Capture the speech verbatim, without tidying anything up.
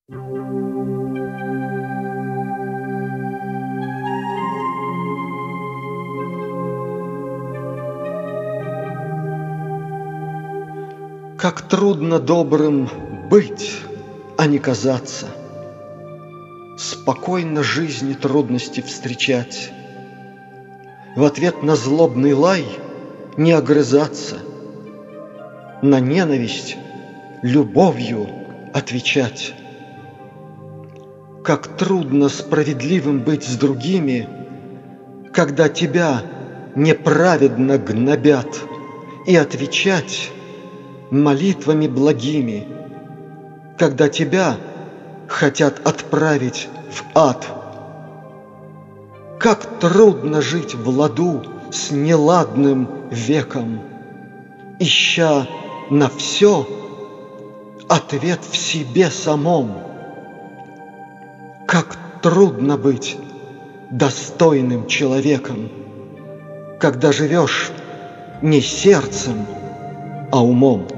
Как трудно добрым быть, а не казаться, спокойно жизни трудности встречать, в ответ на злобный лай не огрызаться, на ненависть любовью отвечать. Как трудно справедливым быть с другими, когда тебя неправедно гнобят, и отвечать молитвами благими, когда тебя хотят отправить в ад. Как трудно жить в ладу с неладным веком, ища на все ответ в себе самом. Как трудно быть достойным человеком, когда живешь не сердцем, а умом.